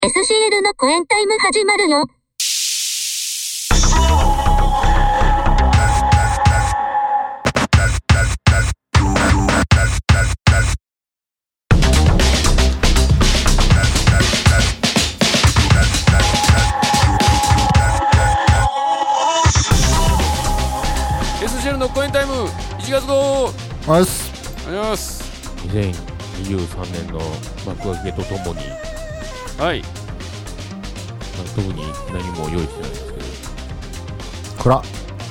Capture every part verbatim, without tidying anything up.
エスシーエル のコエンタイム始まるよ。 エスシーエル のコエンタイムいちがつ号おはようございます。 おはようございます。 にせんにじゅうさんねんの幕開けとともに、 はい、 まあ、特に何も用意してないんですけど、 暗っ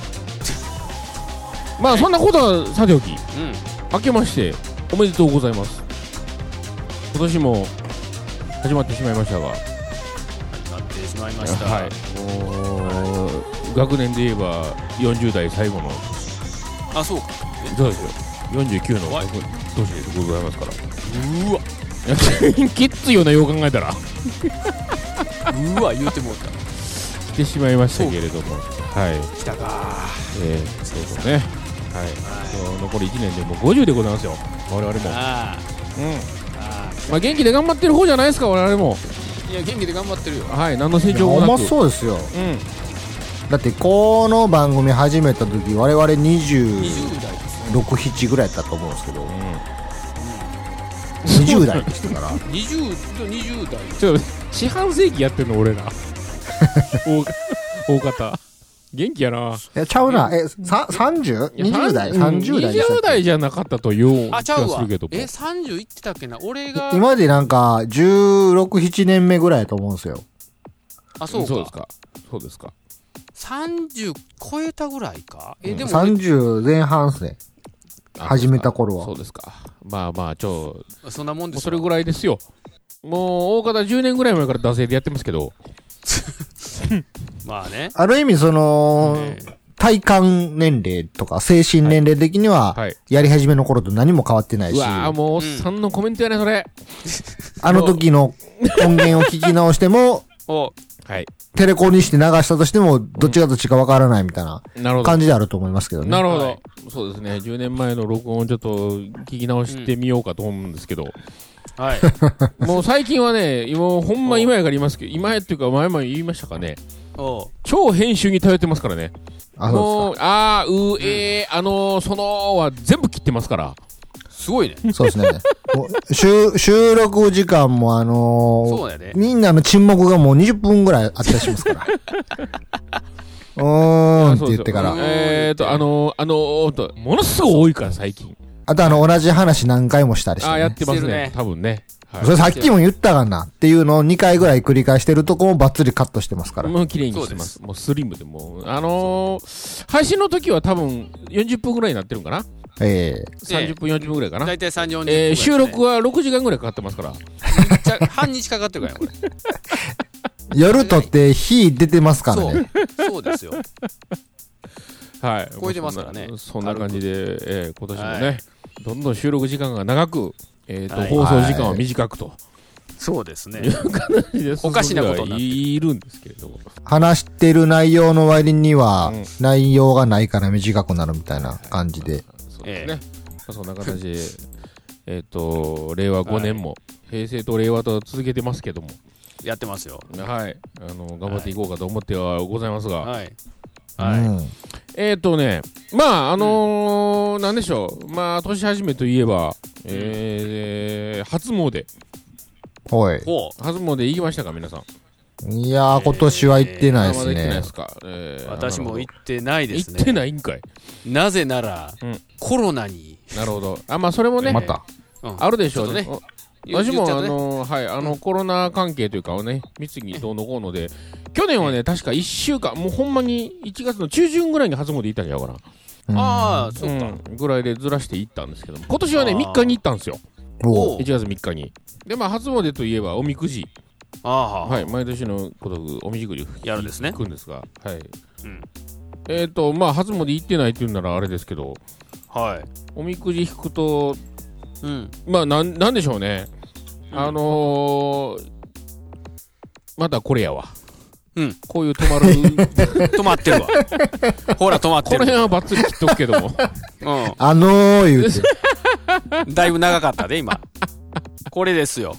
まあそんなことはさておき、 うん、 明けましておめでとうございます。今年も始まってしまいましたが、 始まってしまいました。 はい、もう学年で言えばよんじゅう代最後の、 あ、そうか。 そうですよ、よんじゅうきゅうのはい年でございますから。 うわきついよな、よう考えたらうわ言うてもうた。 来てしまいましたけれども、はい、 来たかえー、そうですね、はい、そう残りいちねんでもうごじゅうでございますよ、我々も。 あうん、 あまあ元気で頑張ってる方じゃないですか、我々も。 いや元気で頑張ってるよ。 はい、何の成長ほんまもなく。 そうですよ。 うん、 だってこの番組始めた時我々にじゅうにじゅう代ですろく、ななぐらいだったと思うんですけど、 うん、 にじゅう代でしたからにじゅう、にじゅう代。 ちょっと四半世紀やってんの俺ら大, 大方元気やな。 えちゃうな、えさ さんじゅう?にじゅう 代 ?さんじゅう 代でしたっけ？ にじゅう代じゃなかったという気あ、ちゃうわがするけど。 え、さんじゅういってたっけな俺が。 今までなんかじゅうろく、ななねんめぐらいだと思うんですよ。 あ、そうか。 そうですか、そうですか。 さんじゅう超えたぐらいか。え、でもさんじゅう前半っすね、始めた頃は。 そうですか。まあまあちょそんなもんですよ。 もうそれぐらいですよ。もう大方じゅうねんぐらい前から惰性でやってますけどまあね。 ある意味その、 えー体感年齢とか精神年齢的には、 はい、 やり始めの頃と何も変わってないし、 うわーもうおっさんのコメントやねそれ。 あの時の音源を聞き直しても、 おはい、 テレコにして流したとしても、どっちがどっちかわからないみたいな感じであると思いますけどね。 なるほど、 はい、 そうですね。じゅうねんまえの録音をちょっと聞き直してみようかと思うんですけど、 うん、はいもう最近はね、今ほんま今やから言いますけど、今やっていうか前々言いましたかね、 お超編集に頼ってますからね。 あ、 もう、あー、う、えー、あのー、そのは全部切ってますから。 すごいね。 そうですね。もう収収録時間もあのー、 そうだよね。 みんなの沈黙がもうにじゅっぷんぐらいあったりしますから。うーんって言ってから。 えーと、あのー、あのーと、ものすごい多いから最近。 あとあの、同じ話何回もしたりして、ね。 あー、やってますね。 ね多分ね。はい、 それさっきも言ったがなっていうのをにかいぐらい繰り返してるとこもバッツリカットしてますから。 もう綺麗にしてます。もうスリムでもう、あのー、配信の時は多分よんじゅっぷんぐらいになってるんかな。 ええー。 さんじゅっぷん、よんじゅっぷんぐらいかな。 だいたいさんじゅう、よんじゅっぷん、 えー、収録はろくじかんぐらいかかってますから。 めっちゃ半日かかってるからこれ。 夜撮って火出てますからね。 そう、そうですよ。 はい。 超えてますからね。 そんな感じで、えー、今年もね、 はい、 どんどん収録時間が長く、えーと、 はい、 放送時間は短くと。 そうですね。 おかしなことになっているんですけれども。 話してる内容の割には、 うん、 内容がないから短くなるみたたいな感じで。 そうですね。まあ、そんな形で、えっと、れいわごねんも、はい、平成と令和と続けてますけども。 やってますよ。 はい。あの、頑張っていこうかと思ってはございますが。 はい。はい。 うん、 えっとね、まあ、あのー、なんでしょう。まあ、年始めといえば、えー、初詣。 はい。 初詣行きましたか、皆さん。 いやー、今年は行ってないですね。 まだ行ってないですか。えー、私も行ってないですね。 行ってないんかい。 なぜなら、うん、コロナに。 なるほど。あ、まあ、それもね。 また。 うん、あるでしょうね。私も、 ね、 あの、はい、あの、うん、コロナ関係というかをね、密にどうのこうので、去年はね、確かいっしゅうかん、もうほんまにいちがつの中旬ぐらいに初詣行ったんちゃうかな。 ああ、そうか、 うん。ぐらいでずらして行ったんですけども、今年はね、みっかに行ったんですよ。いちがつみっかに。で、まあ、初詣といえば、おみくじ。 あはい、毎年のことく、おみじくじやるんですね。 行くんですが、はい。 うん、 えっと、まあ、初詣行ってないって言うならあれですけど、 はい。 おみくじ引くと、 うん、 まあ、なん、なんでしょうね。うん、あのー、またこれやわ。 うん。 こういう止まる。 止まってるわ。ほら、止まってる。 この辺はバッツリ切っとくけども。 うん。 あのー言うて。 だいぶ長かったで、今。これですよ。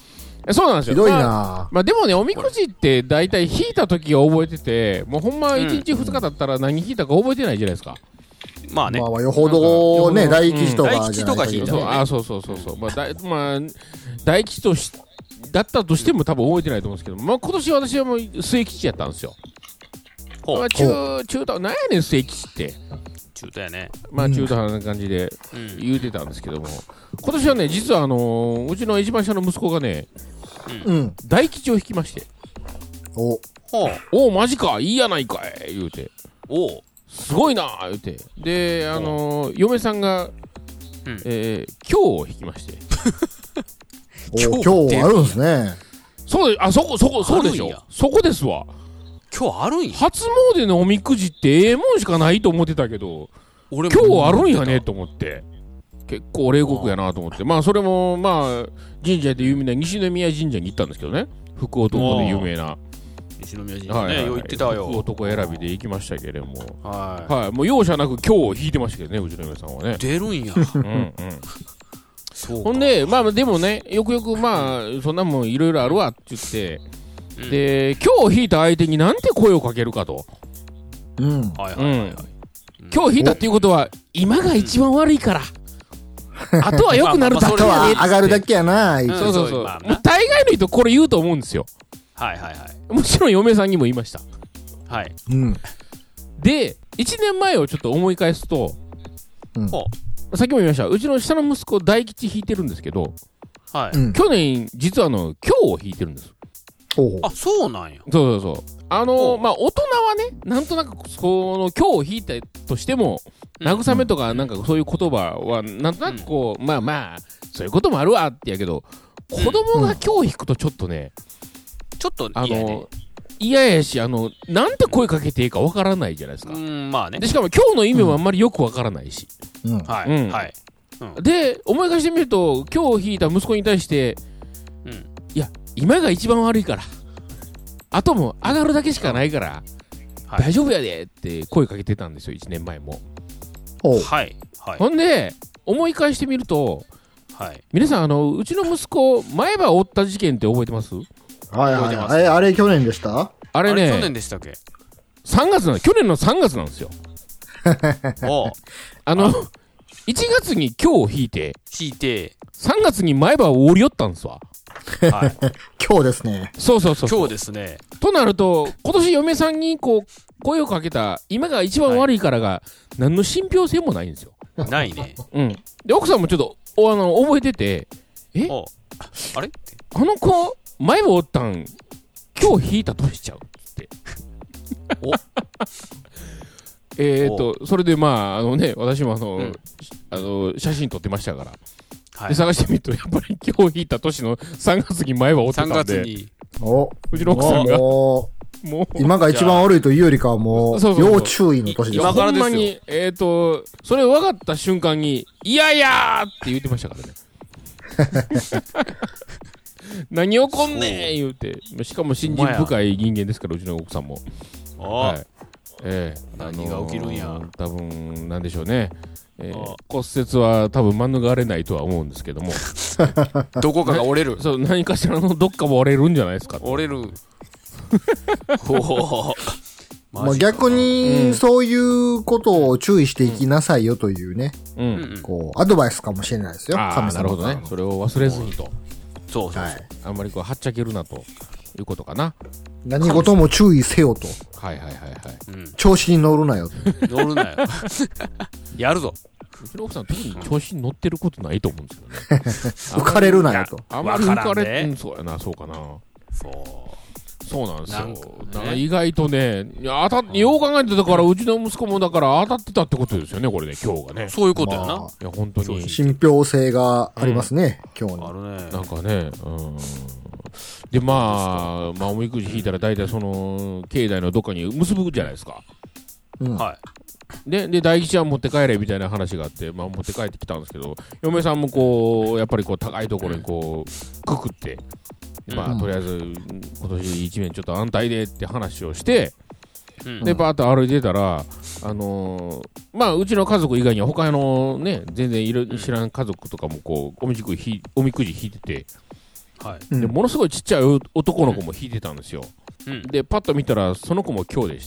そうなんですよ。 ひどいな、 まあ、まあでもね、おみくじって大体引いた時は覚えてて、もうほんまいちにちふつかだったら何引いたか覚えてないじゃないですか。 まあね。 まあまあよほどね、 なんか大吉とかじゃない大吉とか引いたそうあそうそうそうそう。まあ、だまあ、大吉としだったとしても多分覚えてないと思うんですけど、まあ今年私はもう末吉やったんですよ。 ほうまあ、中、中途、なんやねん末吉って。 中途やね。 まあ中途半端な感じでうん。 言うてたんですけども、今年はね、実はあのーうちの一番下の息子がね、 うん。 大吉を引きまして、 お、 ほう。 おお、マジか、いいやないかい、言うて、 おう。 すごいな、言うて、で、あのー嫁さんが、 うんえー、今日を引きまして、 お今日今日あるんですね。 そうで、あ、そこ、そこ、そうでしょあるんや、 そこですわ。 今日あるんや。 初詣のおみくじってええもんしかないと思ってたけど、 俺も今日あるんやねと思って、結構冷酷やなと思って、まあそれもまあ神社で有名な西宮神社に行ったんですけどね、福男で有名な、 西宮神社ね、 はいはいよう言ってたよ。 福男選びで行きましたけれども、 ははい、もう容赦なく今日引いてましたけどね、うちの嫁さんはねい。。出るんや。 うんうんそうか。 ほんで、まあでもね、よくよくまあ、そんなもんいろいろあるわって言って、 うんで、今日引いた相手になんて声をかけるかと。 うん。 はいはいはいはい。 今日引いたっていうことは、今が一番悪いから。あとは良くなるだあとけやねは上がるだけやな、あいつうんそうそうそう。 まあなもう大概の人これ言うと思うんですよ。 はいはいはい。 もちろん嫁さんにも言いました。 はい。 うん。 で、いちねんまえをちょっと思い返すと、 うんほさっきも言いました、うちの下の息子大吉引いてるんですけど、 う。はい。 うん。 去年実はあの、今日を引いてるんです。 ほうほうあ、そうなんや。 そうそうそう。あほのうまあ大人はね、なんとなくその今日引いたとしても、 うん慰めとかなんかそういう言葉はなんとなくこう、まあまあそういうこともあるわってやけど、子供が今日引くとちょっとね、 ちょっとあ嫌やねの。嫌やし、あのなんて声かけていいかわからないじゃないですか。 うん、まあねで。しかも今日の意味もあんまりよくわからないし、 うん。 はうんい。はい。 で思い返してみると今日引いた息子に対して、 うんいや今が一番悪いからあとも上がるだけしかないから、 はい大丈夫やでって声かけてたんですよいちねんまえも。 ほう。 はい。はい。 ほんで思い返してみるとはい。 皆さんあのうちの息子前歯を折った事件って覚えてます？ はい覚えはいてますはい。え、あれ去年でしたあれねあれ去年でしたっけ？ さんがつなの去年のさんがつなんですよ。 おう。 あのいちがつに今日引いて引いて、 さんがつに前歯を折り寄ったんですわ。 はい。 今日ですね。 そうそうそうそう。 今日ですね。 となると、今年嫁さんにこう、声をかけた、今が一番悪いからが、何の信憑性もないんですよ。 ないね。 うん。で、奥さんもちょっと、おあの、覚えてて、えおう。あれあの子、前歯折ったん、今日引いたとしちゃうって。 おえーっと、それでまあ、あのね、私もあの、 うんあの、写真撮ってましたから。で、 はい。 探してみると、やっぱり今日引いた年のさんがつに前歯折ってた 3 んで、 月に。 お。 うちの奥さんが、 ももう、 う今が一番悪いというよりかはもう、 そうそうそう要注意の年です今よ。 からですよほんまに、えっ、と、それ分かった瞬間に、いやいやーって言ってましたからね。何起こんねん言うて。しかも信心深い人間ですから、うちの奥さんも。 おうはい。ええ何が起きるんや多分、なんでしょうね。えーああ骨折は多分免れないとは思うんですけども。 どこかが折れる。 そう、何かしらのどっかも折れるんじゃないですか。 折れる。ほほまあ逆に、そういうことを注意していきなさいよというね、 う。 うんん。 こう、アドバイスかもしれないですよ。 ああ、 神様からなるほどね。それを忘れずにと。 そうそうはい。 あんまりこう、はっちゃけるなということかな。 何事も注意せよと。 はいはいはいはい。 うん。 調子に乗るなよと。 乗るなよ。やるぞ。 うちの奥さん特に調子に乗ってることないと思うんですけどね。 浮かれるなよと。 あんまり浮かれわからんでうん、そうやな、そうかな。 そそうなんですよ。 なんかねだから意外とね、いや当たっよう考えてたから、うちの息子もだから当たってたってことですよね、これね、今日がね。 う。そういうことやまな。 いや、本当に。 信憑性がありますね、今日に。 あるね。 なんかね、うん。で、まあ、まあ、おみくじ引いたら大体その、境内のどっかに結ぶじゃないですか。 うん。 はい。 で、で、大吉は持って帰れみたいな話があって、まあ、持って帰ってきたんですけど、嫁さんもこう、やっぱりこう、高いところにこう、くくって、まあ、 うんとりあえず、今年一年ちょっと安泰でって話をして、 うんで、バーッと歩いてたら、あのーまあ、うちの家族以外には他のね、全然いる知らん家族とかもこう、おみくじ引いおみくじ引いてて、 はい。 うんでものすごいちっちゃい男の子も弾いてたんですよ、 うん。 でパッと見たらその子も今日でした。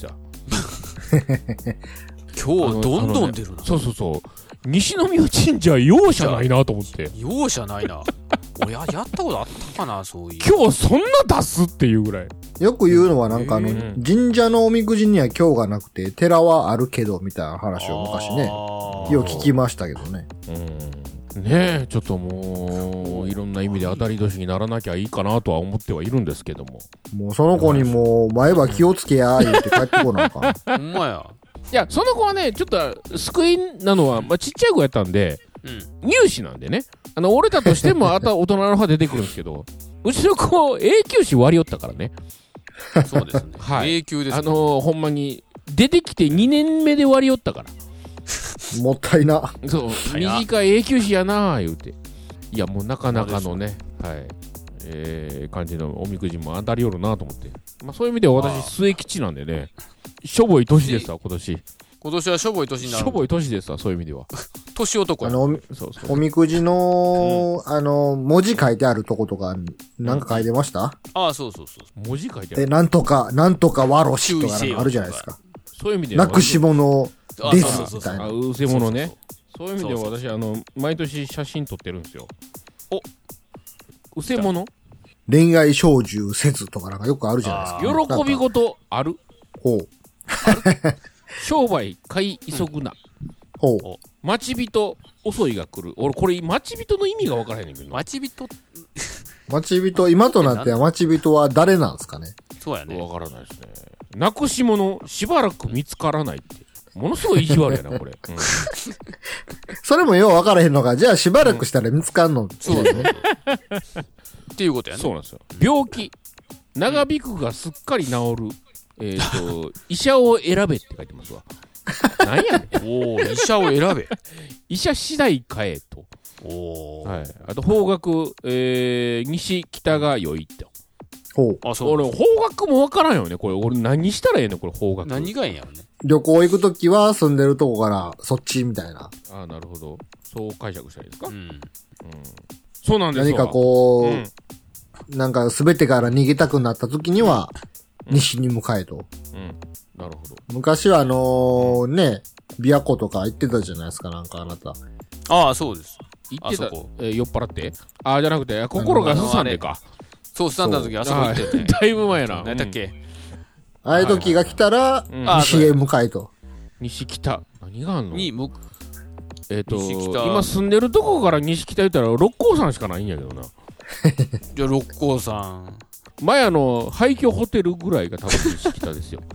今日どんどん出るな。 そうそうそう、西宮神社容赦ないなと思って、 容赦ないな。俺ややったことあったかな、そういう。 今日そんな出すっていうぐらい。 よく言うのはなんかあの、 うん神社のおみくじには今日がなくて、寺はあるけど、みたいな話を昔ね、 あーよう聞きましたけどね。 うんねえ、ちょっともういろんな意味で当たり年にならなきゃいいかなとは思ってはいるんですけども、 もうその子にもう、前歯気をつけや、言って帰ってこなあかん。 ほんまや。 いやその子はねちょっと救いなのは、まあ、ちっちゃい子やったんでうん。 入試なんでね、あの折れたとしてもあとは大人の歯出てくるんですけど、うちの子永久歯割り寄ったからね。 そうですね。 はい永久ですね。 あのー、ほんまに出てきてにねんめで割り寄ったから。 もったいな。 そう早っ短い永久歯やなー言うて、いやもうなかなかのね、はいえー、感じのおみくじも当たりよるなと思って、まあ、そういう意味ではあー私末吉なんでね、しょぼい年ですわ今年。 今年はしょぼい年になる。 しょぼい年ですわそういう意味では。 年男や。 あの、おみそうそうおみくじの、あの、文字書いてあるとことか、なんか書いてました？ ああ、そうそうそう。 文字書いてあえ、 る。 なんとか、なんとかわろしとかなんかあるじゃないですか。 そういう意味ではなくし物であそうそうそうす、みたいな。 あうせ者ね。そういう意味ではそう私あの毎年写真撮ってるんですよ。 おうせ者恋愛成就せずとかなんかよくあるじゃないですか。 喜び事ある、 ほう。 商売買い急ぐな、 ほう。 待ち人遅いが来る。俺これ待ち人の意味が分からへんねんけどな。 待ち人、 待ち人、今となっては待ち人は誰なんですかね。 そうやね。 分からないですね。なくし物しばらく見つからないって、ものすごい意地悪やなこれ、うん、 それもよう分からへんのか。じゃあしばらくしたら見つかんの。 そうだね。っていうことやね。 そうなんですよ。病気長引くがすっかり治る、えっ、ー、と医者を選べって書いてますわ。なんやねん。 おー、医者を選べ。 医者次第買えと。 おー。 はい。あと方角、えー、西北が良いと。 ほう。 あ、そう。 俺方角もわからんよねこれ。俺何したらええのこれ方角。 何がいいんやろね。 旅行行くときは住んでるとこからそっちみたいな。 ああなるほど。そう解釈したらいいですか。 ううん。 ん。 そうなんですよ。 何かこう、 うん。 なんか全てから逃げたくなったときには、西に向かえと。 うん。なるほど。 昔はあのー、ね、琵琶湖とか行ってたじゃないですか、なんかあなた。 ああ、そうです。 言ってたあそこ、 えー酔っ払ってああじゃなくて心がすさんでか。 そう、スタンダーの時あそこ行ってたよね。 だいぶ前やな。 何だっけ。 ああいう時が来たら、 うんあ西へ向かえと。 西北。何があんのに、む、 えっ、と西北今住んでるとこから西北言ったら六甲山しかないんやけどな。 じゃあ、六甲山。 前あの廃墟ホテルぐらいが多分西北ですよ。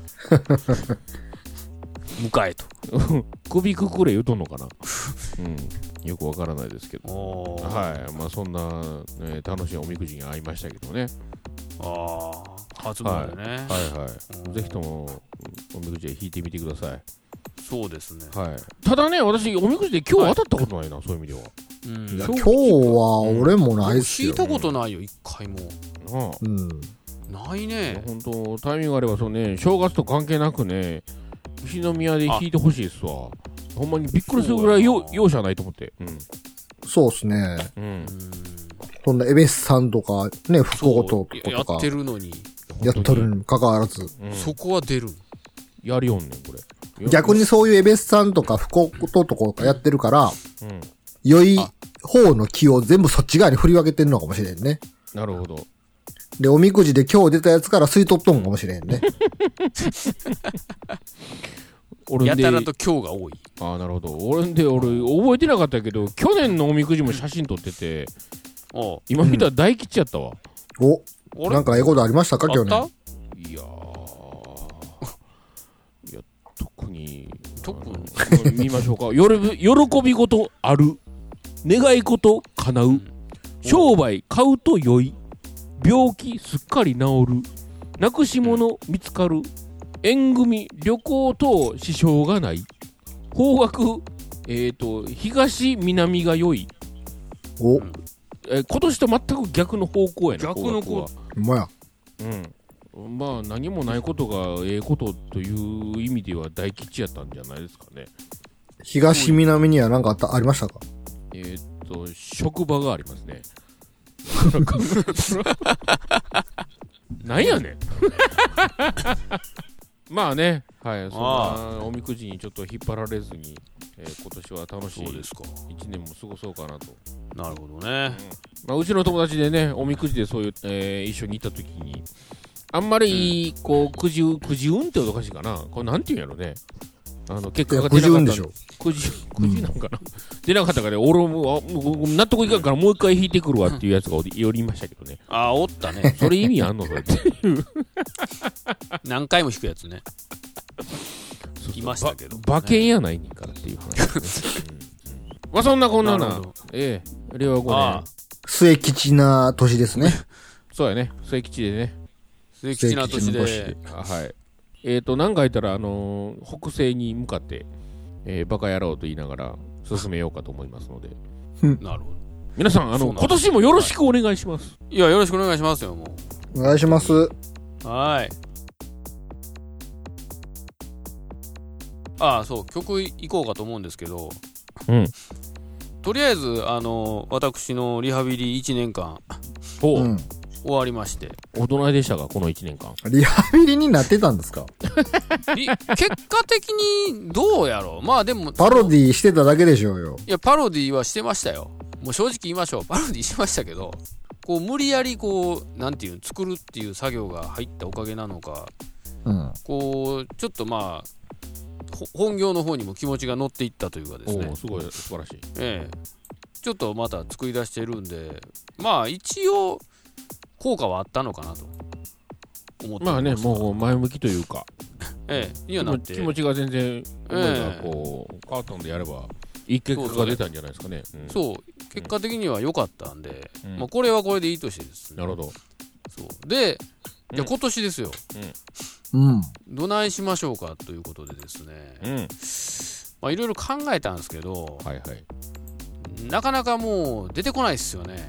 迎えと。 首くくれ言うとんのかな。うん。よくわからないですけど。 おー。 はい。まあそんな、ね、楽しいおみくじに会いましたけどね。 ああ、初詣ね。 はいはい。ぜひともおみくじで引いてみてください。 そうですね。 はい。ただね、私おみくじで今日当たったことないな、そういう意味では。 うん。 いや、 そう今日は俺もないっすよ。 引いたことないよ、一回も。 なあ。 うん。 ないね。 本当タイミングあればそうね、正月と関係なくね、西宮で引いてほしいですわ。ほんまにびっくりするぐらいよ容赦ないと思って。うん。 そうっすね。 うん。 うん。 そんなエベスさんとか、ね、福そう岡とやかってるのに、 やっとるにもかかわらず。 うん、 そこは出る。 やりよんねん、これ。 逆にそういうエベスさんとか福岡ととかやってるから、 うん。 良い方の気を全部そっち側に振り分けてるのかもしれんね。 なるほど。 で、おみくじで今日出たやつから吸い取っとんかもしれんね。 俺でやたらと今日が多い。 ああ、なるほど。俺んで、俺、覚えてなかったけど、去年のおみくじも写真撮ってて、 おう今見たら大吉やったわ。 お、 あれなんかええことありましたかあった去年。 いやー。いや、特に。 特にあの見ましょうか。よろび喜び事ある。願い事叶う。商売買うと良い。病気すっかり治る。なくし物見つかる。縁組旅行等支障がない。方角えっ、ー、と東南が良い。 お、ほえー今年と全く逆の方向やね。 逆の方角はんまや。 うん。まあ何もないことがええことという意味では大吉やったんじゃないですかね。 東南には何かあった、ありましたかえっ、ー、と職場がありますね。 なんやねん。まあね、はい、そんなおみくじにちょっと引っ張られずに、えー、今年は楽しいいちねんも過ごそうかなと。 なるほどね、 うんまあ、うちの友達でね、おみくじでそういう、えー、一緒に行った時に、あんまりこうくじ、くじ運っておかしいかな、これなんていうんやろね、あの結果が出なかった。くじ運でしょ。くじ、くじなんかな、うん、出なかったから、俺も納得いかんからもう一回引いてくるわっていうやつがよりいましたけどね。 ああ、おったね。 それ意味あんのそれっていう何回も引くやつね。いましたけど、ね、 馬券やないねんからっていう話ですね、うん、まあそんなこんなな、ええ、令和ごねん末吉な年ですね。 そうやね、末吉でね、 末吉な年で、 あ、はい。えっ、ー、と何か言ったら、あのー、北西に向かって、えー、バカ野郎と言いながら進めようかと思いますのでなるほど。 皆さん、あの今年もよろしくお願いします。 いや、よろしくお願いしますよ。もうお願いします。 はい。ああ、そう、曲いこうかと思うんですけど、 うん、 とりあえず、あの私のリハビリいちねんかんお、うん、 終わりまして。 おどないでしたか、このいちねんかん。 リハビリになってたんですか。 結果的にどうやろう。まあでもパロディーしてただけでしょうよ。 いや、パロディーはしてましたよ。もう正直言いましょう、パロディーしてましたけど、こう無理やりこうなんていう作るっていう作業が入ったおかげなのか、 うん、 こうちょっとまあ本業の方にも気持ちが乗っていったというかですね。 おすごい素晴らしい。 ええ、ちょっとまた作り出してるんで、まあ一応効果はあったのかなと思ってます。 まあね、もう前向きというか、 ええ、いやなって気持ちが全然思いがこう、ええ、カートンでやればいい結果が出たんじゃないですかね。 そうそう、うん、そう結果的には良かったんで、うん、まあこれはこれでいいとしてですね。 なるほど。 そうで、うん、じゃあ今年ですよ。 うん。うん、 どないしましょうかということでですね。 うん。 まあいろいろ考えたんですけど、 はいはい。 なかなかもう出てこないですよね。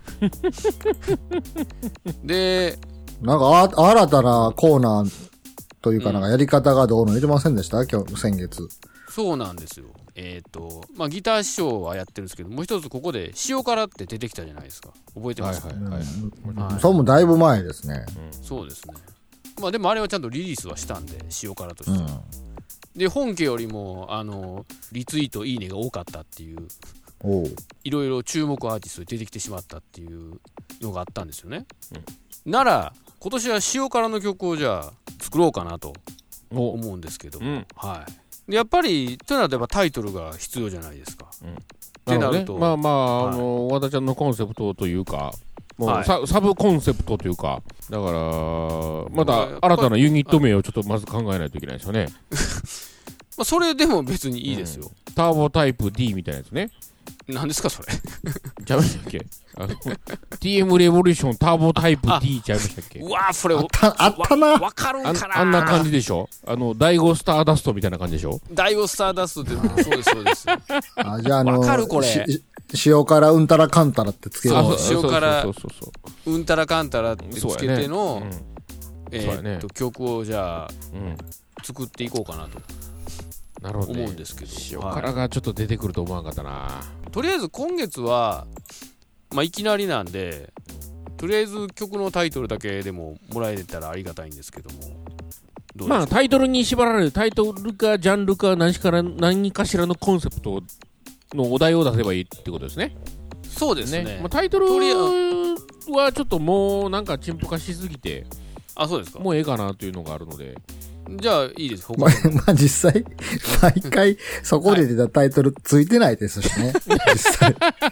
で、 なんかあ新たなコーナーというかなんかやり方がどうの言ってませんでした？今日先月。 そうなんですよ。えっと、まあギター師匠はやってるんですけど、もう一つここで塩辛って出てきたじゃないですか。覚えてますか？ はいはいはい。 うんはい、そうもだいぶ前ですね、 うん。そうですね。まあでもあれはちゃんとリリースはしたんで、塩辛としては。うん、で本家よりもあのリツイートいいねが多かったっていう。いろいろ注目アーティストに出てきてしまったっていうのがあったんですよね、うん、なら今年は塩辛の曲をじゃあ作ろうかなと思うんですけど、うん、はい、でやっぱりとなるとやっぱタイトルが必要じゃないですか、うん、ってなると、 ね、まあまあ、はい、あの和田ちゃんのコンセプトというかもう、はい、サ, サブコンセプトというかだからまた新たなユニット名をちょっとまず考えないといけないですよね。 まあそれでも別にいいですよ、 うん、ターボタイプ D みたいなやつね。 何ですかそれ。 ちゃいましたっけ？あの ティーエム レボリューションターボタイプ D ちゃいましたっけ？ うわーそれあったあったな。 わかるんかな。 あんな感じでしょ？あのダイゴスターダストみたいな感じでしょ？ ダイゴスターダストってそうですそうです。 あじゃああのわかるこれ。 塩辛うんたらかんたらってつける。 塩辛うんたらかんたらってつけての、ね、うん、えー、っと、ね、曲をじゃあ、うん、作っていこうかなと。 なるほどね、 思うんですけど、 塩辛がちょっと出てくると思わなかったな、はい、 とりあえず今月は、まあ、いきなりなんでとりあえず曲のタイトルだけでももらえたらありがたいんですけども、どうまあタイトルに縛られるタイトルかジャンルか何か何かしらのコンセプトのお題を出せばいいってことですね。 そうですね、 ね、まあ、タイトルはちょっともうなんか陳腐化しすぎて、 あ、そうですか、 もうええかなというのがあるので、 じゃあいいです。 まあ、まあ実際毎回そこで出たタイトルついてないですしね、はい、実際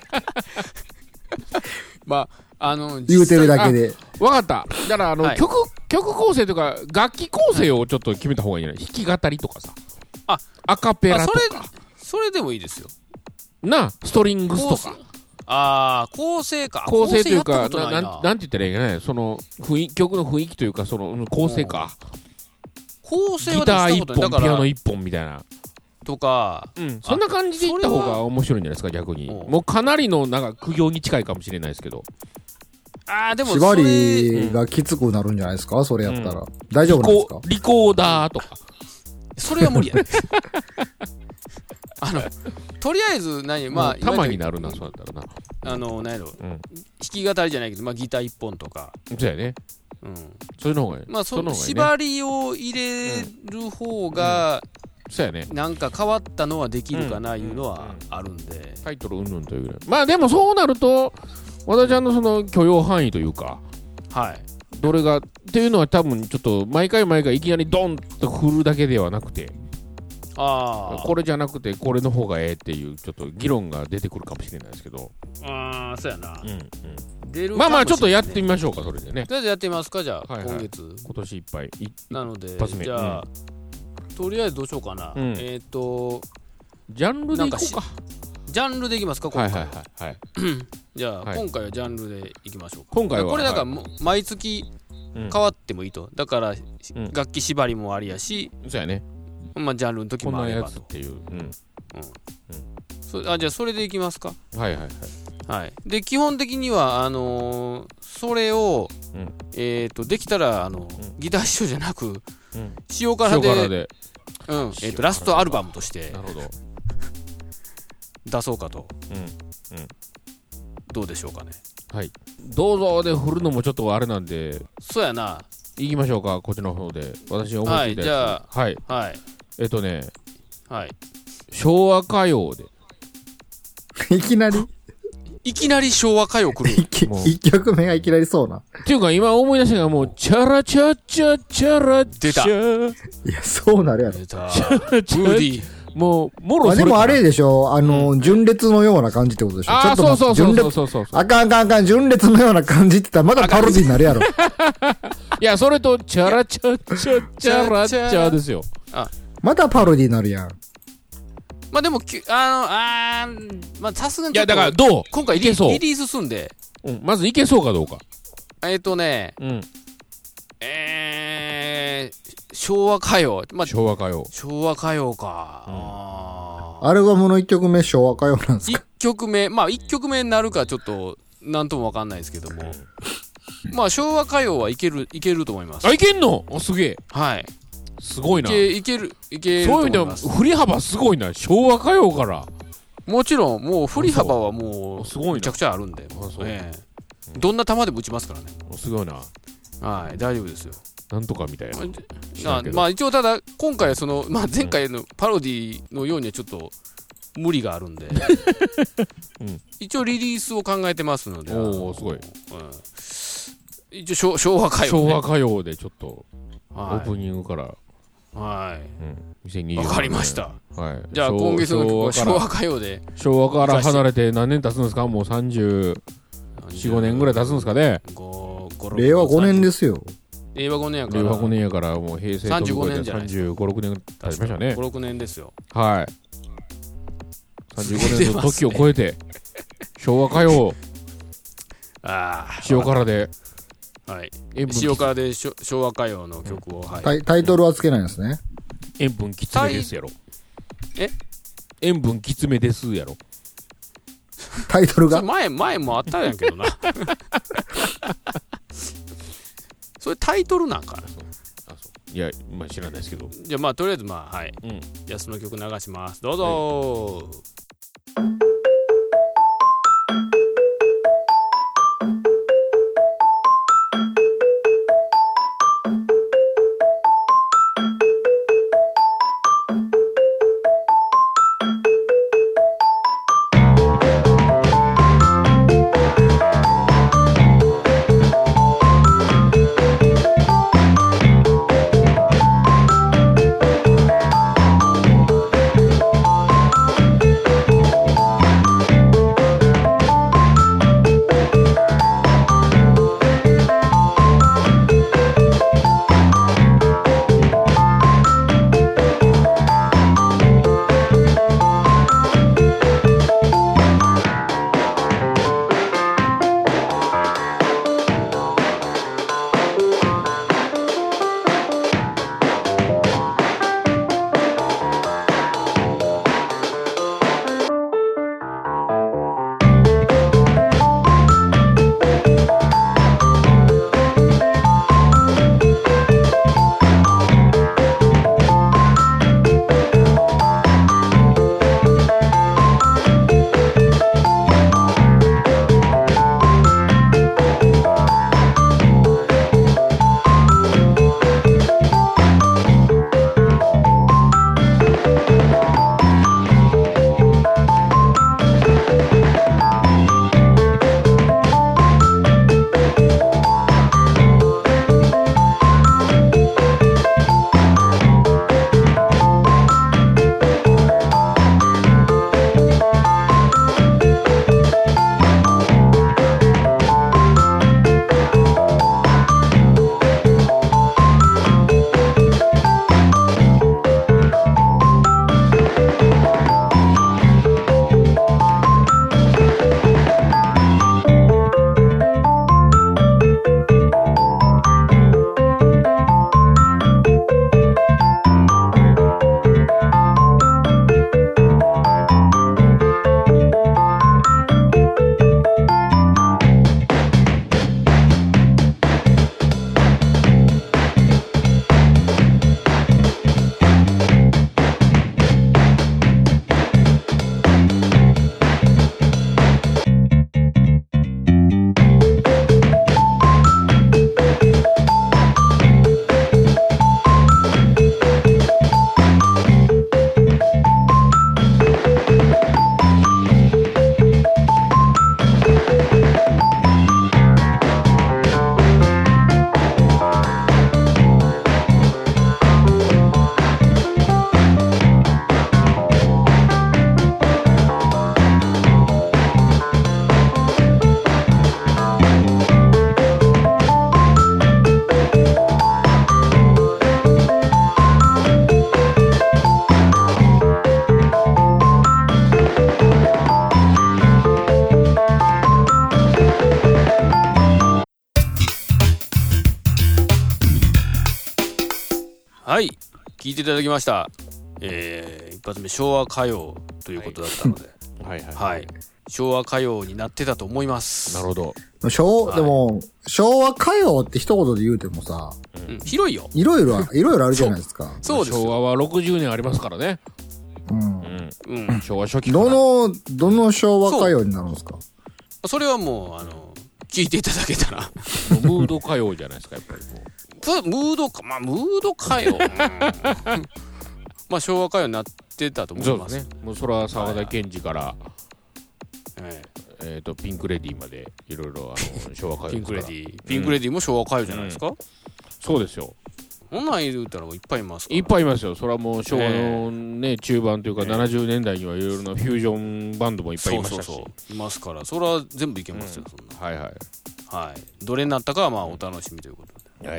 まああの言うてるだけで分かった。だからあの、はい、曲曲構成とか楽器構成をちょっと決めた方がいいんじゃない？弾き語りとかさ、 あアカペラとか、 それそれでもいいですよな、ストリングスとか、 ああ構成か、 構成というか な, な, な, なんて言ったらいいかね、その雰囲曲の雰囲気というかその構成か、 構成はギター一本ピアノ一本みたいなとか、 うん、そんな感じでいった方が面白いんじゃないですか逆に。もうかなりのなんか苦行に近いかもしれないですけど、 あーでも縛りがきつくなるんじゃないですか、それやったら、うん、大丈夫なんですか？ リコーダーとかそれは無理やねあのとりあえず何、まあたまになるな、そうだったらなあのなんやろ、 うん、 弾き語りじゃないけど、まあ、ギターいっぽんとかそうやね、 うん、 そういうの方がいい、 まあそその方がいいね、 縛りを入れる方が、 うん、そうやね、 なんか変わったのはできるかないうのはあるんで、うんうんうん、 タイトルうんぬんというぐらい、まあでもそうなると和田ちゃんのその許容範囲というか、 はいどれがっていうのは多分ちょっと毎回毎回いきなりドンと振るだけではなくて、 あこれじゃなくてこれの方がええっていうちょっと議論が出てくるかもしれないですけど、 ああそうやな、 うんうん、 出るまあまあちょっとやってみましょうか、それでね。 とりあえずやってみますか、じゃあ、はいはい、今月今年いっぱいなので、 じゃあ、うん、とりあえずどうしようかな、うん、えっ、ー、とジャンルでいこうか、 ジャンルでいきますか今回、はいはいはい、じゃあ、はい、今回はジャンルでいきましょうか。 今回はこれだから、はい、毎月変わってもいいと、だから、うん、楽器縛りもありやし、 そうやね、 まあ、ジャンルの時もあればとっていう、うんうん、 そあじゃあそれでいきますか。 はいはいはい、 はい、で基本的にはあのー、それを、うん、えーとできたらあの、うん、ギター師匠じゃなく、うん、塩辛で、 塩で、 うんえーとラストアルバムとしてなるほど出そうかと、 うんうん、 どうでしょうかね。 はい、どうぞで振るのもちょっとあれなんで、 そうやな、 行きましょうか、こっちの方で。私思いついたやつ、はい、 じゃあはい、 はい、 えっとね、 はい、 昭和歌謡でいきなりいきなり昭和歌謡来る一曲目がいきなりそうなっていうか今思い出したがもうチャラチャチャチャラチャ出た。 いやそうなるやろ、 出たチャラチャブーディーもうもろあでもあれでしょ、あの、うん、純烈のような感じってことでしょ。 ああそうそうそうそうそうそうあかんあかんあかん、純烈のような感じって言ったらまだパロディになるやろ。 いやそれとチャラチャチャチャラチャですよ。 あまたパロディになるやん。 まあでもあのあーまあさすがにいやだからどう今回リリースすんで、 うん、まずいけそうかどうか。 えっ、ー、とね、うん、えー昭和歌謡、まあ、 昭和歌謡昭和歌謡か、 うん、あアルバムのいっきょくめ昭和歌謡なんですか。 いっきょくめまあいっきょくめになるかちょっとなんともわかんないですけども、まあ昭和歌謡はいけるいけると思います。 あいけんのおすげえ、 はいすごいな。 いけいけるいけると思います。 そういう意味では振り幅すごいな、昭和歌謡から。 もちろんもう振り幅はもうすごいめちゃくちゃあるんで、ええ、どんな球でも打ちますからね。 すごいな。 はい大丈夫ですよ。 なんとかみたいな。 あまあ一応ただ今回その、まあ、前回のパロディのようにはちょっと無理があるんで、うん、一応リリースを考えてますので。 おおすごい、うん、 一応昭和歌謡、 ね、昭和歌謡でちょっとオープニングからはい、 うん、にせんにじゅうねんわかりました、 はい、 じゃあ今月の曲は昭和歌謡で。 昭和から離れて何年経つんですか。もうさんじゅうよん、ごねんぐらい経つんですかね。 令和ごねんですよ。 令和ごねんやから令和ごねんやからもう平成とさんじゅうごねんじゃないさんじゅうご、ろくねん経ちましたね。 ご、ろくねんですよ。 はいさんじゅうごねんの時を超えて昭和歌謡あ塩辛で、 はい、塩辛で昭和歌謡の曲を、はい、 タイ、タイトルはつけないんですね。 塩分きつめですやろ。 え塩分きつめですやろ。 タイトルが前前もあったやんけどなそれタイトルなんかな。 あそういやまあ知らないですけど。 じゃあまあとりあえずまあはい、うん、じゃあその曲流します。どうぞ、はいはい、聞いていただきました。えー、一発目昭和歌謡ということだったので、 はいはい、 はい、昭和歌謡になってたと思います。 なるほど。 昭、はい、でも昭和歌謡って一言で言うてもさ、 うん、広いよ。 いろいろいろいろあるじゃないですか。 そうです。 昭和はろくじゅうねんありますからね。 うんうんうん、 昭和初期から。 どのどの昭和歌謡になるんですか。 そ, それはもうあの聞いていただけたらムード歌謡じゃないですかやっぱりもう。 ムードかまあムード歌謡。まあ昭和歌謡になってたと思います。 そうですね。もうそれは沢田研二から、 はいはい、 えっ、ー、とピンクレディーまでいろいろあの昭和歌謡ピンクレディーピンクレディーも昭和歌謡じゃないですか。うんうん、 そうですよ。 こんなん言うたらいっぱいいますから。 いっぱいいますよ。それはもう昭和のね、えー、中盤というかななじゅうねんだいにはいろいろなフュージョンバンドもいっぱいいましたし。 そうそうそういますから。それは全部いけますよ。うん、そんな。 はいはいはい。どれになったかはまあお楽しみということで。 はい。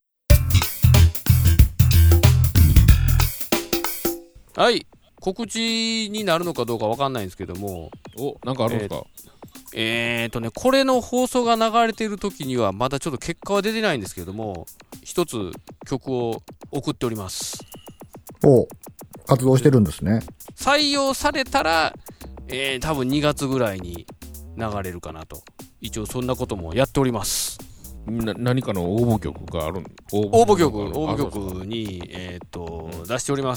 はい、告知になるのかどうかわかんないんですけども、 お、なんかあるんですか。 えー、えーとね、これの放送が流れている時にはまだちょっと結果は出てないんですけども、一つ曲を送っております。 お、活動してるんですね。 採用されたら、えー、多分にがつぐらいに流れるかなと。一応そんなこともやっております。 な何かの応募曲があるん応募, 応募曲応募曲に、えー、と出しております。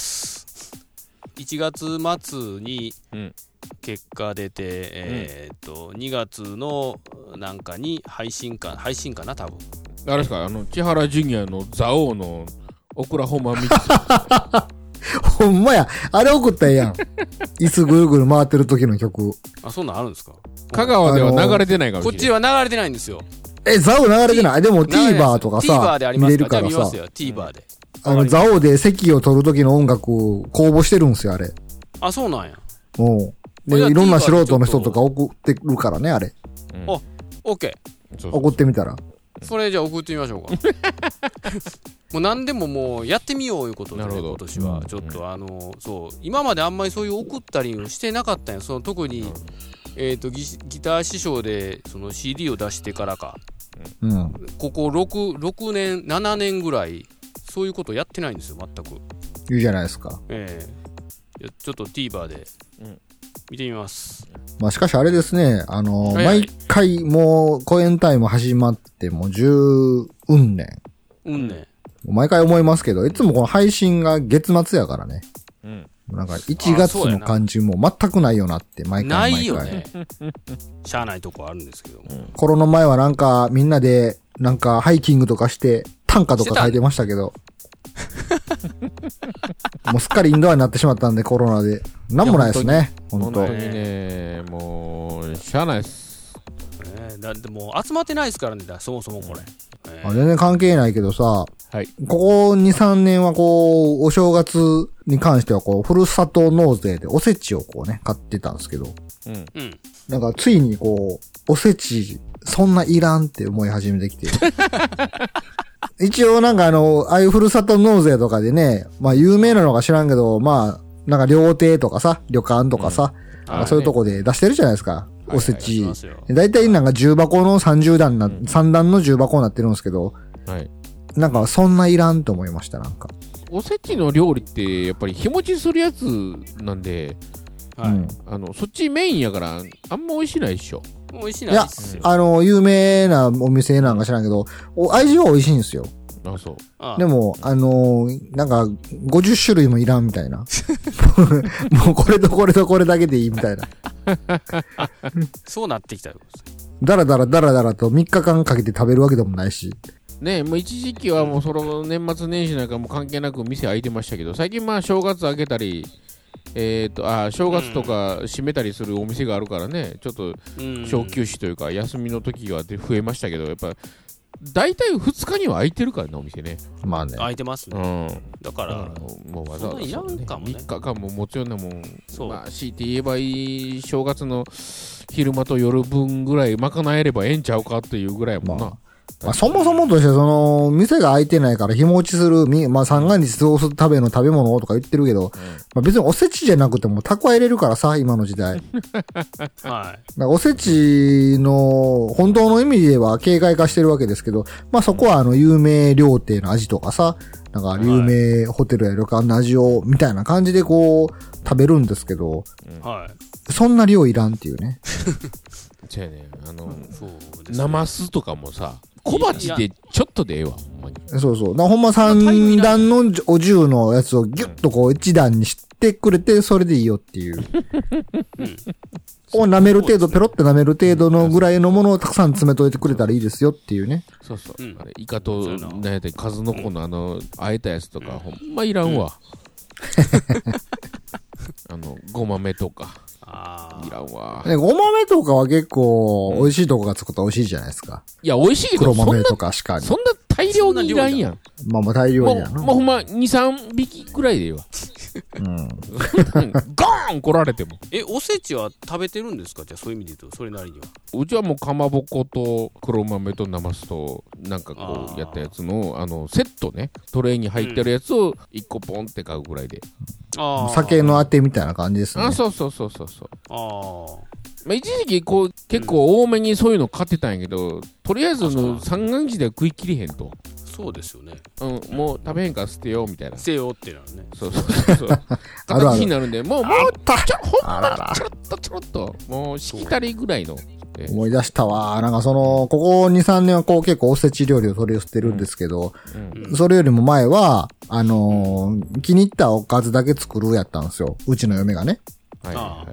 いちがつ末に結果出て、うん、えー、とにがつのなんかに配信か配信かな多分。 あれですか、あの千原ジュニアのザオのオクラホマミックス。 ほんまや、あれ送ったらええやん。椅子ぐるぐる回ってる時の曲。 あ、そんなんあるんですか。 香川では流れてないかもしれない。 こっちは流れてないんですよ。 え、ザオ流れてない。でも TVer とかさ、 TVer であります見れるからさ。 じゃあ見ますよ、TVer で。 あの、ザオで席を取る時の音楽を公募してるんですよ、あれ。 あ、そうなんや。 おう。で、いろんな素人の人とか送ってるからね、あれ。 うん、あ、OK。 送ってみたら。 それじゃあ送ってみましょうか。もう何でももうやってみよういうことで、ね、今年はちょっと、うん、あのそう今まであんまりそういう送ったりしてなかったんや。その特に、うん、えっと ギ, ギター師匠でその シーディー を出してからか、うん、ここ 6, 6年ななねんぐらいそういうことやってないんですよ全く。 いいじゃないですか。 ええー、ちょっと TVer で見てみます。 まあしかしあれですね、あのーはいはい、 毎回もう公演タイム始まってもう十うん年。 うんね。 毎回思いますけど、いつもこの配信が月末やからね。うん。なんかいちがつの感じも全くないよなって毎回毎回。 ないよね。しゃあないとこあるんですけども。うん、 コロナ前はなんかみんなでなんかハイキングとかして短歌とか書いてましたけど。もうすっかりインドアになってしまったんでコロナで。なんもないですね。本当に。 本当にね、もう、しゃあないっす。 ね、だってもう集まってないですからね、だそもそもこれ。 えー、全然関係ないけどさ、 はい、 ここに、さんねんはこう、お正月に関してはこう、ふるさと納税でおせちをこうね、買ってたんですけど、うん。なんかついにこう、おせち、そんないらんって思い始めてきて。一応なんかあの、ああいうふるさと納税とかでね、まあ有名なのか知らんけど、まあ、なんか料亭とかさ、旅館とかさ、うん、なんかそういうとこで出してるじゃないですか。おせち。だいたいなんか重箱のさんじゅうだんな、うん、さん段の重箱になってるんですけど、はい。なんかそんないらんと思いました、なんか。 おせちの料理ってやっぱり日持ちするやつなんで、はい。うん、あの、そっちメインやから、あんま美味しないっしょ。 美味しないっすよ。 いや、あの、有名なお店なんか知らんけど、お味は美味しいんですよ。 あ、そう。 ああでも、あのー、なんか、ごじゅっしゅるいもいらんみたいな。もうこれとこれとこれだけでいいみたいな。 そうなってきたよ。 だらだらだらだらとみっかかんかけて食べるわけでもないし。 ねえ、もう一時期はもうその年末年始なんかも関係なく店開いてましたけど、最近まあ正月開けたり、えっと、あ、正月とか閉めたりするお店があるからね、ちょっと小休止というか休みの時が増えましたけど、やっぱ大体ふつかには開いてるからね、お店ね。 まあね。開いてますね。うん。だから、 もうわざわざ、ね、 いらんかもね。 みっかかんも持つようなもん。そう。まあ、強いて言えばいい、正月の昼間と夜分ぐらい賄えればええんちゃうかっていうぐらいやもんな。まあまあ、そもそもとして、その、店が開いてないから日持ちする、まあ、三が日過ごすための食べ物とか言ってるけど、うん、まあ、別におせちじゃなくても蓄えれるからさ、今の時代。はい。おせちの本当の意味では警戒化してるわけですけど、まあ、そこはあの、有名料亭の味とかさ、 なんか有名ホテルや旅館の味を、みたいな感じでこう、食べるんですけど、 はい。 そんな量いらんっていうね。 そうやね。あの、 そうですね。 ナマスとかもさ、小鉢でちょっとでええわ、ほんまに。 そうそう。だほんま三段のお重のやつをギュッとこう一段にしてくれて、それでいいよっていう。を舐める程度、ペロって舐める程度のぐらいのものをたくさん詰めといてくれたらいいですよっていうね。 そうそう。うん、あれイカと、なんやったら数の子のあの、あえたやつとか、ほんまいらんわ。あの、ごまめとか。あいらんわ。 ね、ごまめとかは結構、美味しいとこが作ったら美味しいじゃないですか。 いや、美味しいけど、 黒豆とかしかそんな大量にいらんやん。 まあまあ大量にやな。 もう、もうほんま、に、さんびきぐらいでいいわ。うん。ゴーン来られても。 え、おせちは食べてるんですか？じゃあそういう意味で言うと、それなりには。 うちはもうかまぼこと黒豆とナマスと、なんかこうやったやつの、あの、セットね。トレイに入ってるやつをいっこポンって買うぐらいで。 あ酒のあてみたいな感じですね。 あ、そうそうそうそうそう。 ああ。 まあ、一時期こう、結構多めにそういうの買ってたんやけど、とりあえずの三が日では食い切れへんと。 そうですよね。 うん、もう食べへんから捨てようみたいな。 捨てようってなるね。 そうそうそうそう。形になるんで、もう、もう、ちょ、ほんまにちょろっとちょろっと、もう、しきたりぐらいの。 思い出したわ。なんかその、ここに、さんねんはこう結構おせち料理を取り寄せてるんですけど、うんうん、それよりも前は、あのー、気に入ったおかずだけ作るやったんですよ。うちの嫁がね。はいはい。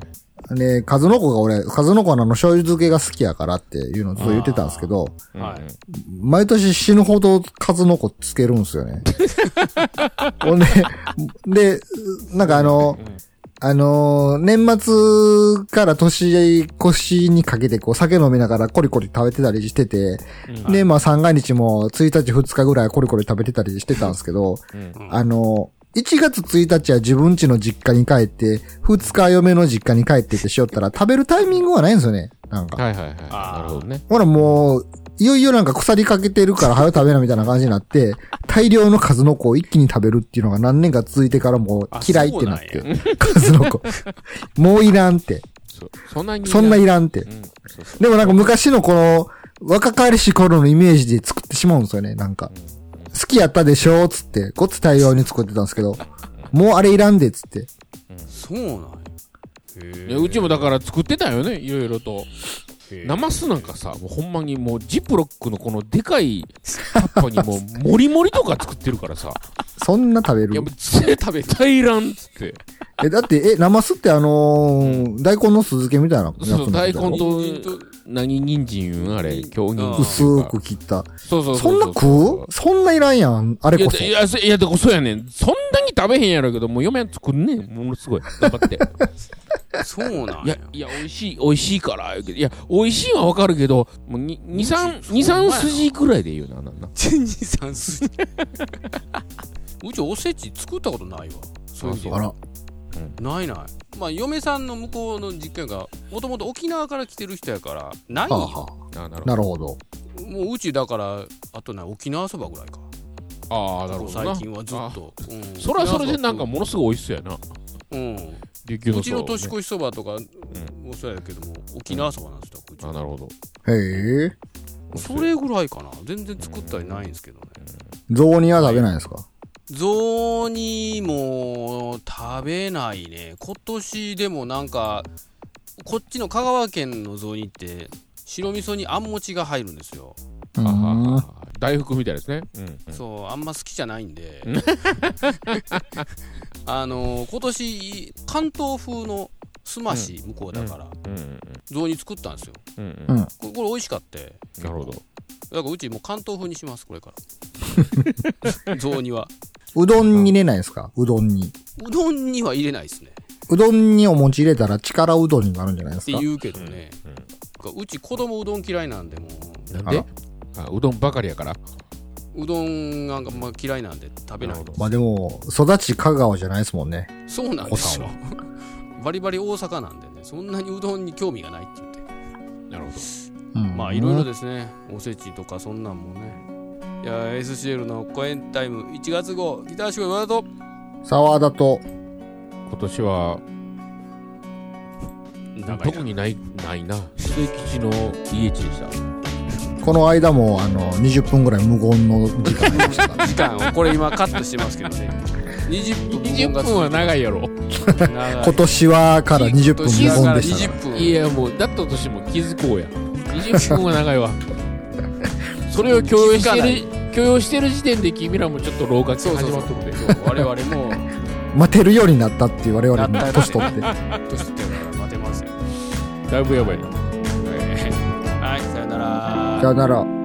で、数の子が俺、数の子のあの醤油漬けが好きやからっていうのをずっと言ってたんですけど、はい、毎年死ぬほど数の子つけるんですよね。ほんで、で、なんかあの、うんあのー、年末から年越しにかけてこう酒飲みながらコリコリ食べてたりしてて、うん、で、まあ三が日もついたちふつかぐらいコリコリ食べてたりしてたんですけど、うん、あのー、いちがつついたちは自分家の実家に帰って、ふつか嫁の実家に帰ってってしよったら食べるタイミングはないんですよね。なんか。 はいはいはい。なるほどね。 ほらもう、いよいよなんか腐りかけてるから早く食べなみたいな感じになって、大量の数の子を一気に食べるっていうのが何年か続いてからもう嫌いってなって、数の子。もういらんって。 そ, そんなにそんないらんって、うんそうそう。でもなんか昔のこの若かりし頃のイメージで作ってしまうんですよね、なんか。うん、好きやったでしょつって、ごつ大量に作ってたんですけど、もうあれいらんでっつって。うん、 そうなんや。 いやうちもだから作ってたよね、いろいろと。ナマスなんかさ、もうほんまにもうジップロックのこのでかいタッパにもうモリモリとか作ってるからさ。 そんな食べる？ いやもう絶対食べたいらんっつって。 え、だって、え、ナマスってあのーうん、大根の酢漬けみたいなやつ。 そう、大根と何人参言うんあれ、京人参。 薄く切った。 そうそうそうそう。 そんな食う？そんないらんやん、あれこそ。 いや、いや、いやだからそうやねん。そんなに食べへんやろうけど、もう嫁は作んねん。ものすごい。頑張って。 そうなんや。 いや、いや、美味しい、美味しいから。いや、美味しいはわかるけど、もうに、に、三、に、三筋ぐらいで言うな、なんな。 に、三筋。うちおせち作ったことないわ。そういうの。 あら。 うん、ないない。まあ、嫁さんの向こうの実家が、もともと沖縄から来てる人やから、ないよ。はあはあ、なるほど。 もううちだから、あとね、沖縄そばぐらいか。 ああ、なるほど。 最近はずっと。 うん、それはそれでなんかものすごい美味しそうやな。 うん。うちの年越しそばとかもそうやけども、沖縄そばなんですよ、うち。 あ、なるほど。 へえ。 それぐらいかな。全然作ったりないんですけどね。 雑煮は食べないですか？ 雑煮も食べないね。今年でもなんか、こっちの香川県の雑煮って白味噌にあんもちが入るんですよ。 あは大福みたいですね、うんうん、そうあんま好きじゃないんであのー、今年関東風のすまし向こうだから、うんうんうんうん、雑煮作ったんですよ、うんうん、これ、これ美味しかってなるほどだからうちもう関東風にしますこれから雑煮はうどんに入れないですか？うどんにうどんには入れないですね。 うどんにお餅入れたら力うどんになるんじゃないですかって言うけどね、うんうん、うち子供うどん嫌いなんでもうなんであうどんばかりやからうどんが、まあ、嫌いなんで食べない。 まあでも育ち香川じゃないですもんね。 そうなんですよバリバリ大阪なんでねそんなにうどんに興味がないって言ってなるほど、 うん、まあいろいろですねおせちとかそんなんもね。いや エスシーエル の公演タイムいちがつ号ギターショー和田と沢田と今年は特にないないな末吉の イーエイチ でした。 この間もあのにじゅっぷんぐらい無言の時間ありましたから時間をこれ今カットしてますけどねにじゅっぷんにじゅっぷんは長いやろ。 今年はからにじゅっぷん無言でしたから。 いやもうだったとしても気づこうや。にじゅっぷんは長いわ。それを許容してる許容してる時点で君らもちょっと老化が始まっとるで。 そうそうそう我々も待てるようになったっていう我々も年取って。 年取ってるから待てますよ。 だいぶやばい。 はい、さよなら。 さよなら。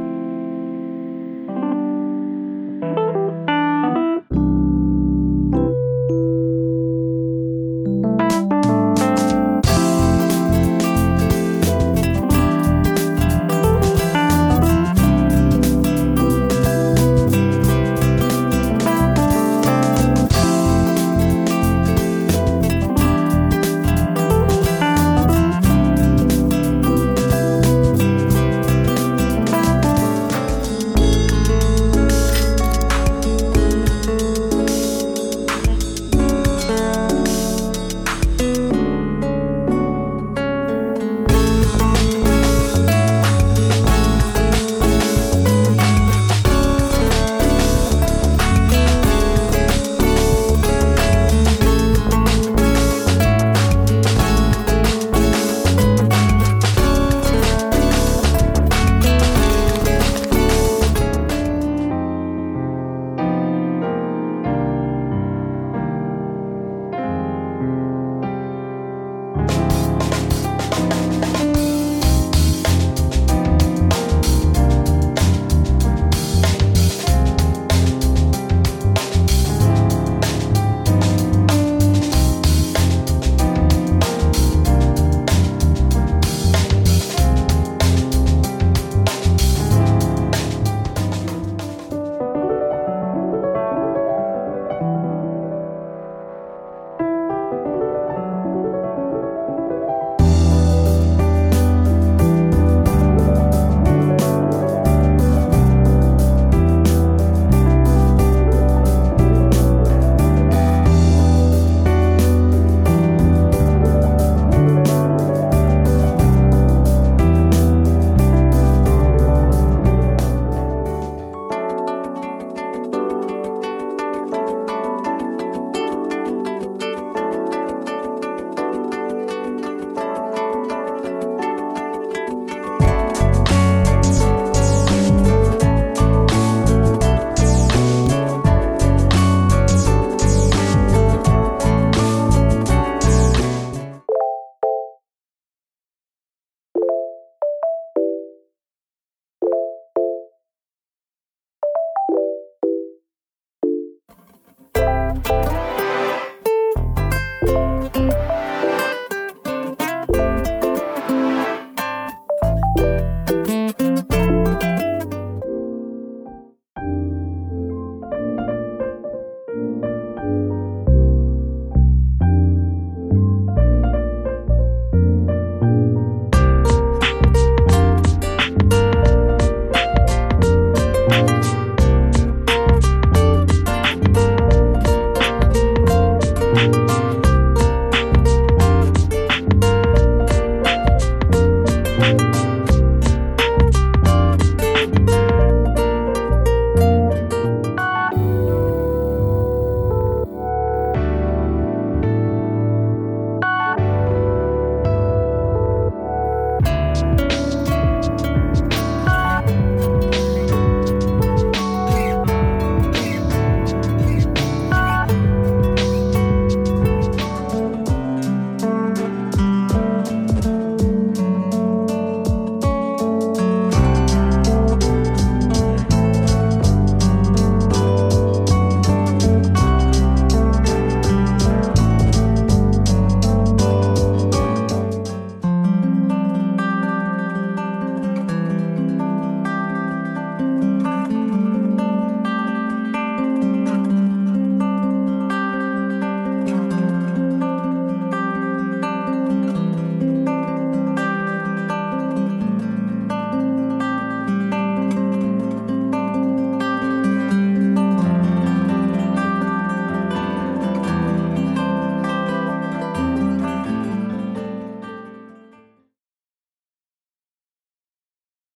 you